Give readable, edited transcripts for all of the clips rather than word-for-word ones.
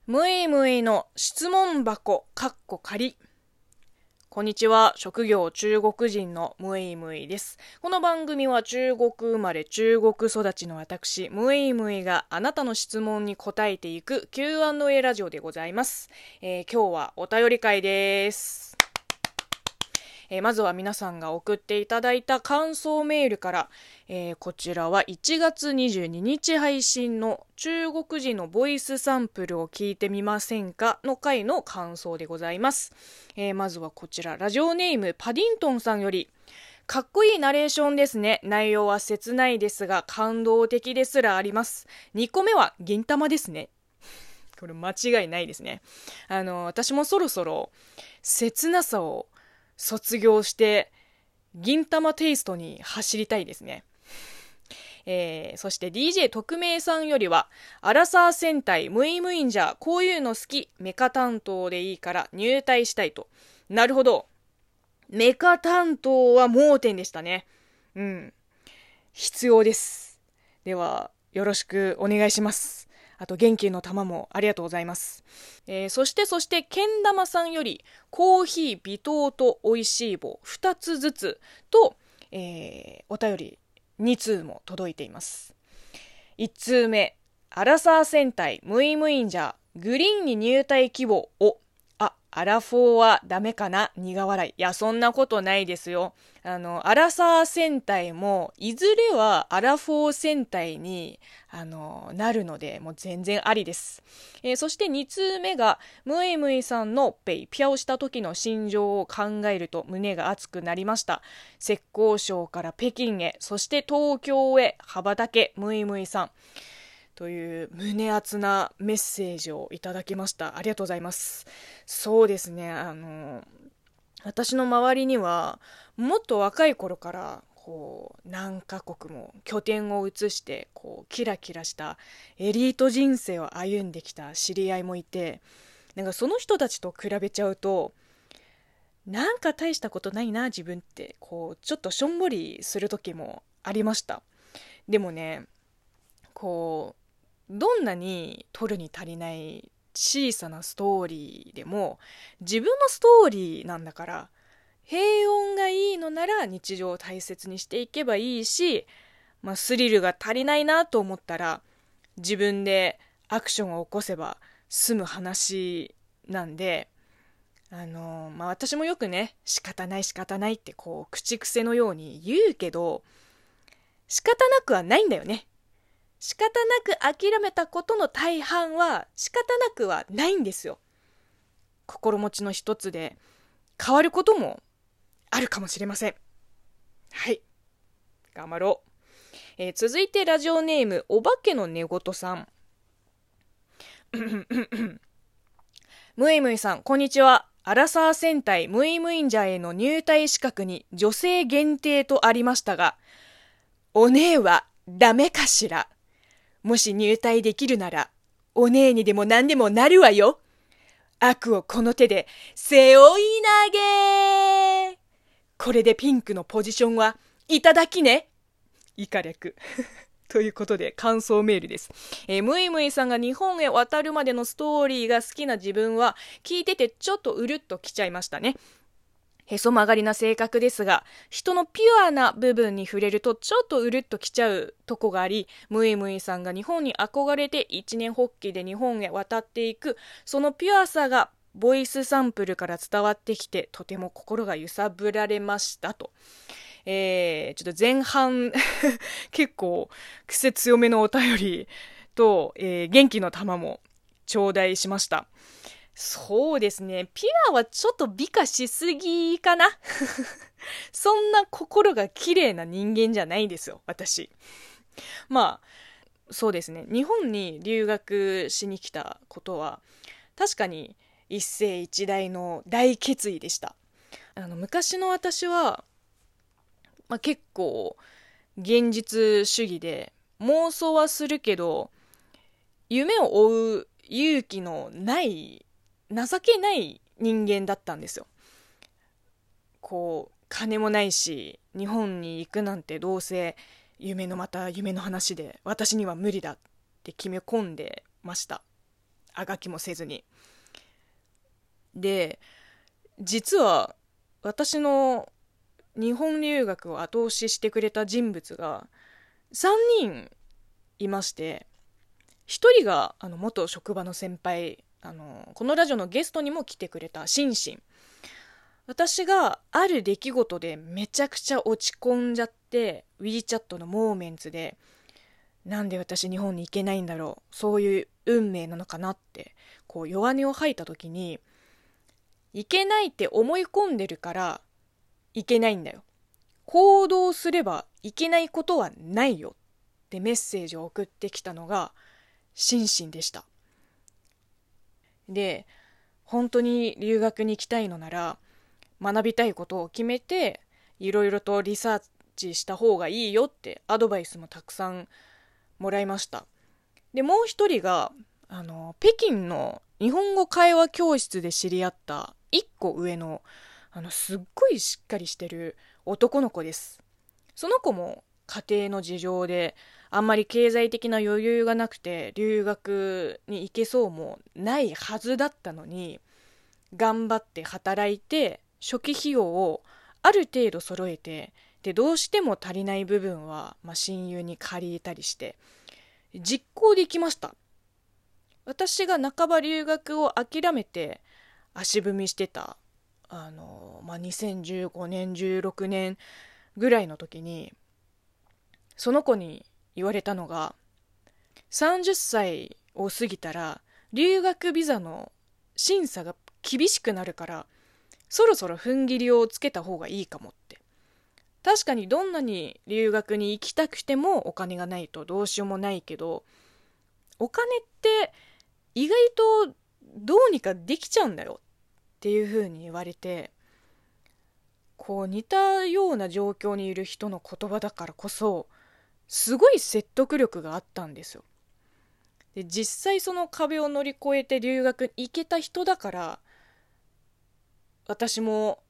むいむいの質問箱仮。こんにちは。職業中国人のむいむいです。この番組は中国生まれ中国育ちの私むいむいがあなたの質問に答えていく Q&A ラジオでございます。今日はお便り会です。まずは皆さんが送っていただいた感想メールから、こちらは1月22日配信の中国人のボイスサンプルを聞いてみませんかの回の感想でございます。まずはこちら、ラジオネームパディントンさんより、かっこいいナレーションですね。内容は切ないですが感動的ですらあります。2個目は銀玉ですね。これ間違いないですね。私もそろそろ切なさを卒業して銀玉テイストに走りたいですね。そして DJ 特命さんよりはアラサー戦隊ムイムインジャーこういうの好きメカ担当でいいから入隊したいと。なるほど、メカ担当は盲点でしたね。必要です。ではよろしくお願いします。あと元気の玉もありがとうございます。そしてけん玉さんよりコーヒー微糖と美味しい棒2つずつと、お便り2通も届いています。1通目、アラサー戦隊ムイムインジャーグリーンに入隊希望をアラフォーはダメかな苦笑い。いや、そんなことないですよ。アラサー戦隊も、いずれはアラフォー戦隊に、なるので、もう全然ありです。そして2通目が、ムイムイさんのピャオした時の心情を考えると胸が熱くなりました。浙江省から北京へ、そして東京へ羽ばたけ、ムイムイさん。という胸熱なメッセージをいただきました。ありがとうございます。そうですね、私の周りにはもっと若い頃から何カ国も拠点を移してキラキラしたエリート人生を歩んできた知り合いもいて、なんかその人たちと比べちゃうとなんか大したことないな自分ってちょっとしょんぼりする時もありました。でもね、どんなに取るに足りない小さなストーリーでも自分のストーリーなんだから、平穏がいいのなら日常を大切にしていけばいいし、スリルが足りないなと思ったら自分でアクションを起こせば済む話なんで、私もよくね、仕方ないって口癖のように言うけど、仕方なくはないんだよね。仕方なく諦めたことの大半は仕方なくはないんですよ。心持ちの一つで変わることもあるかもしれません。はい、頑張ろう。続いてラジオネームお化けの寝言さん。むいむいさん、こんにちは。アラサー戦隊ムイムインジャーへの入隊資格に女性限定とありましたが、お姉はダメかしら。もし入隊できるなら、お姉にでも何でもなるわよ。悪をこの手で背負い投げ。これでピンクのポジションはいただきね。以下略。ということで感想メールです。むいむいさんが日本へ渡るまでのストーリーが好きな自分は聞いててちょっとうるっときちゃいましたね。へそ曲がりな性格ですが、人のピュアな部分に触れるとちょっとうるっときちゃうとこがあり、むいむいさんが日本に憧れて一年発起で日本へ渡っていく、そのピュアさがボイスサンプルから伝わってきて、とても心が揺さぶられましたと。ちょっと前半結構癖強めのお便りと、元気の玉も頂戴しました。そうですね。ピュアはちょっと美化しすぎかなそんな心が綺麗な人間じゃないんですよ、私。そうですね。日本に留学しに来たことは、確かに一世一代の大決意でした。昔の私は、結構現実主義で、妄想はするけど、夢を追う勇気のない情けない人間だったんですよ。金もないし日本に行くなんてどうせ夢の話で私には無理だって決め込んでました。 あがきもせずに。で、実は私の日本留学を後押ししてくれた人物が3人いまして、1人が元職場の先輩、このラジオのゲストにも来てくれたシンシン。私がある出来事でめちゃくちゃ落ち込んじゃって、 WeChat のモーメンツで、なんで私日本に行けないんだろう、そういう運命なのかなってこう弱音を吐いた時に、行けないって思い込んでるから行けないんだよ、行動すればいけないことはないよってメッセージを送ってきたのがシンシンでした。で、本当に留学に行きたいのなら学びたいことを決めていろいろとリサーチした方がいいよってアドバイスもたくさんもらいました。で、もう一人が北京の日本語会話教室で知り合った一個上のすっごいしっかりしてる男の子です。その子も家庭の事情であんまり経済的な余裕がなくて留学に行けそうもないはずだったのに、頑張って働いて初期費用をある程度揃えて、でどうしても足りない部分は、親友に借りたりして実行できました。私が半ば留学を諦めて足踏みしてた2015年16年ぐらいの時に、その子に言われたのが、30歳を過ぎたら留学ビザの審査が厳しくなるから、そろそろ踏ん切りをつけた方がいいかもって。確かにどんなに留学に行きたくてもお金がないとどうしようもないけど、お金って意外とどうにかできちゃうんだよっていう風に言われて、こう似たような状況にいる人の言葉だからこそすごい説得力があったんですよ。で、実際その壁を乗り越えて留学に行けた人だから、私も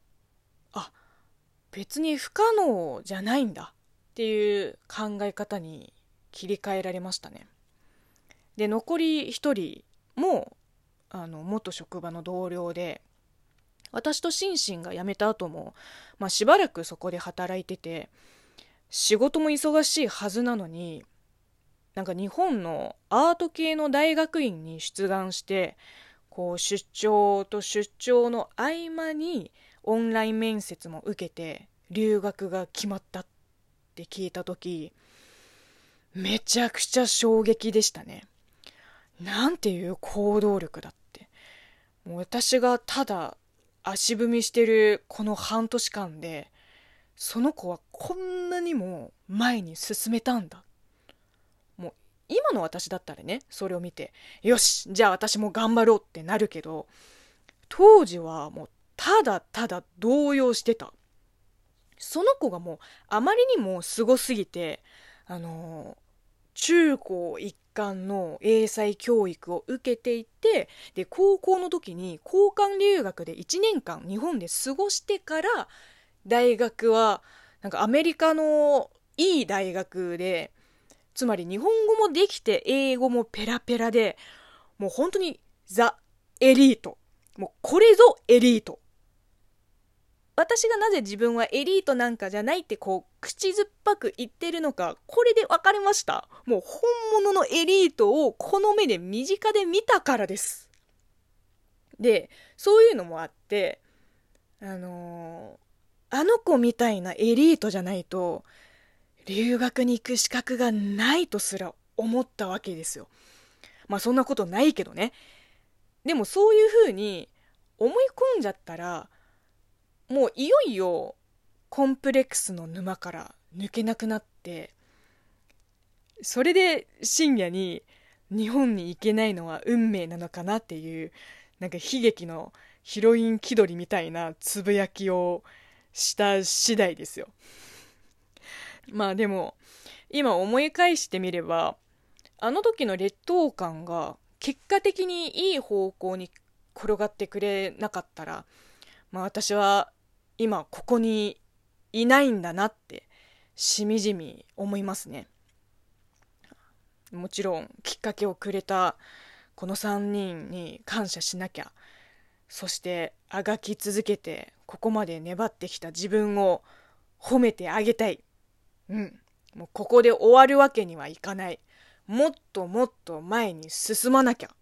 別に不可能じゃないんだっていう考え方に切り替えられましたね。で、残り一人も元職場の同僚で、私とシンシンが辞めた後も、しばらくそこで働いてて、仕事も忙しいはずなのに、なんか日本のアート系の大学院に出願して、こう出張と出張の合間にオンライン面接も受けて留学が決まったって聞いた時、めちゃくちゃ衝撃でしたね。なんていう行動力だって。もう私がただ足踏みしてるこの半年間で、その子はこんなにも前に進めたんだ。もう今の私だったらね、それを見てよしじゃあ私も頑張ろうってなるけど、当時はもうただただ動揺してた。その子がもうあまりにもすごすぎて、中高一貫の英才教育を受けていて、で高校の時に交換留学で1年間日本で過ごしてから、大学はなんかアメリカのいい大学で、つまり日本語もできて英語もペラペラで、もう本当にザ・エリート、もうこれぞエリート。私がなぜ自分はエリートなんかじゃないってこう口酸っぱく言ってるのか、これで分かりました。もう本物のエリートをこの目で身近で見たからです。で、そういうのもあって、あの子みたいなエリートじゃないと留学に行く資格がないとすら思ったわけですよ。そんなことないけどね。でもそういう風に思い込んじゃったら、もういよいよコンプレックスの沼から抜けなくなって、それで深夜に日本に行けないのは運命なのかなっていう、なんか悲劇のヒロイン気取りみたいなつぶやきをした次第ですよ。でも今思い返してみれば、あの時の劣等感が結果的にいい方向に転がってくれなかったら、私は今ここにいないんだなってしみじみ思いますね。もちろんきっかけをくれたこの3人に感謝しなきゃ。そしてあがき続けてここまで粘ってきた自分を褒めてあげたい。もうここで終わるわけにはいかない。もっともっと前に進まなきゃ。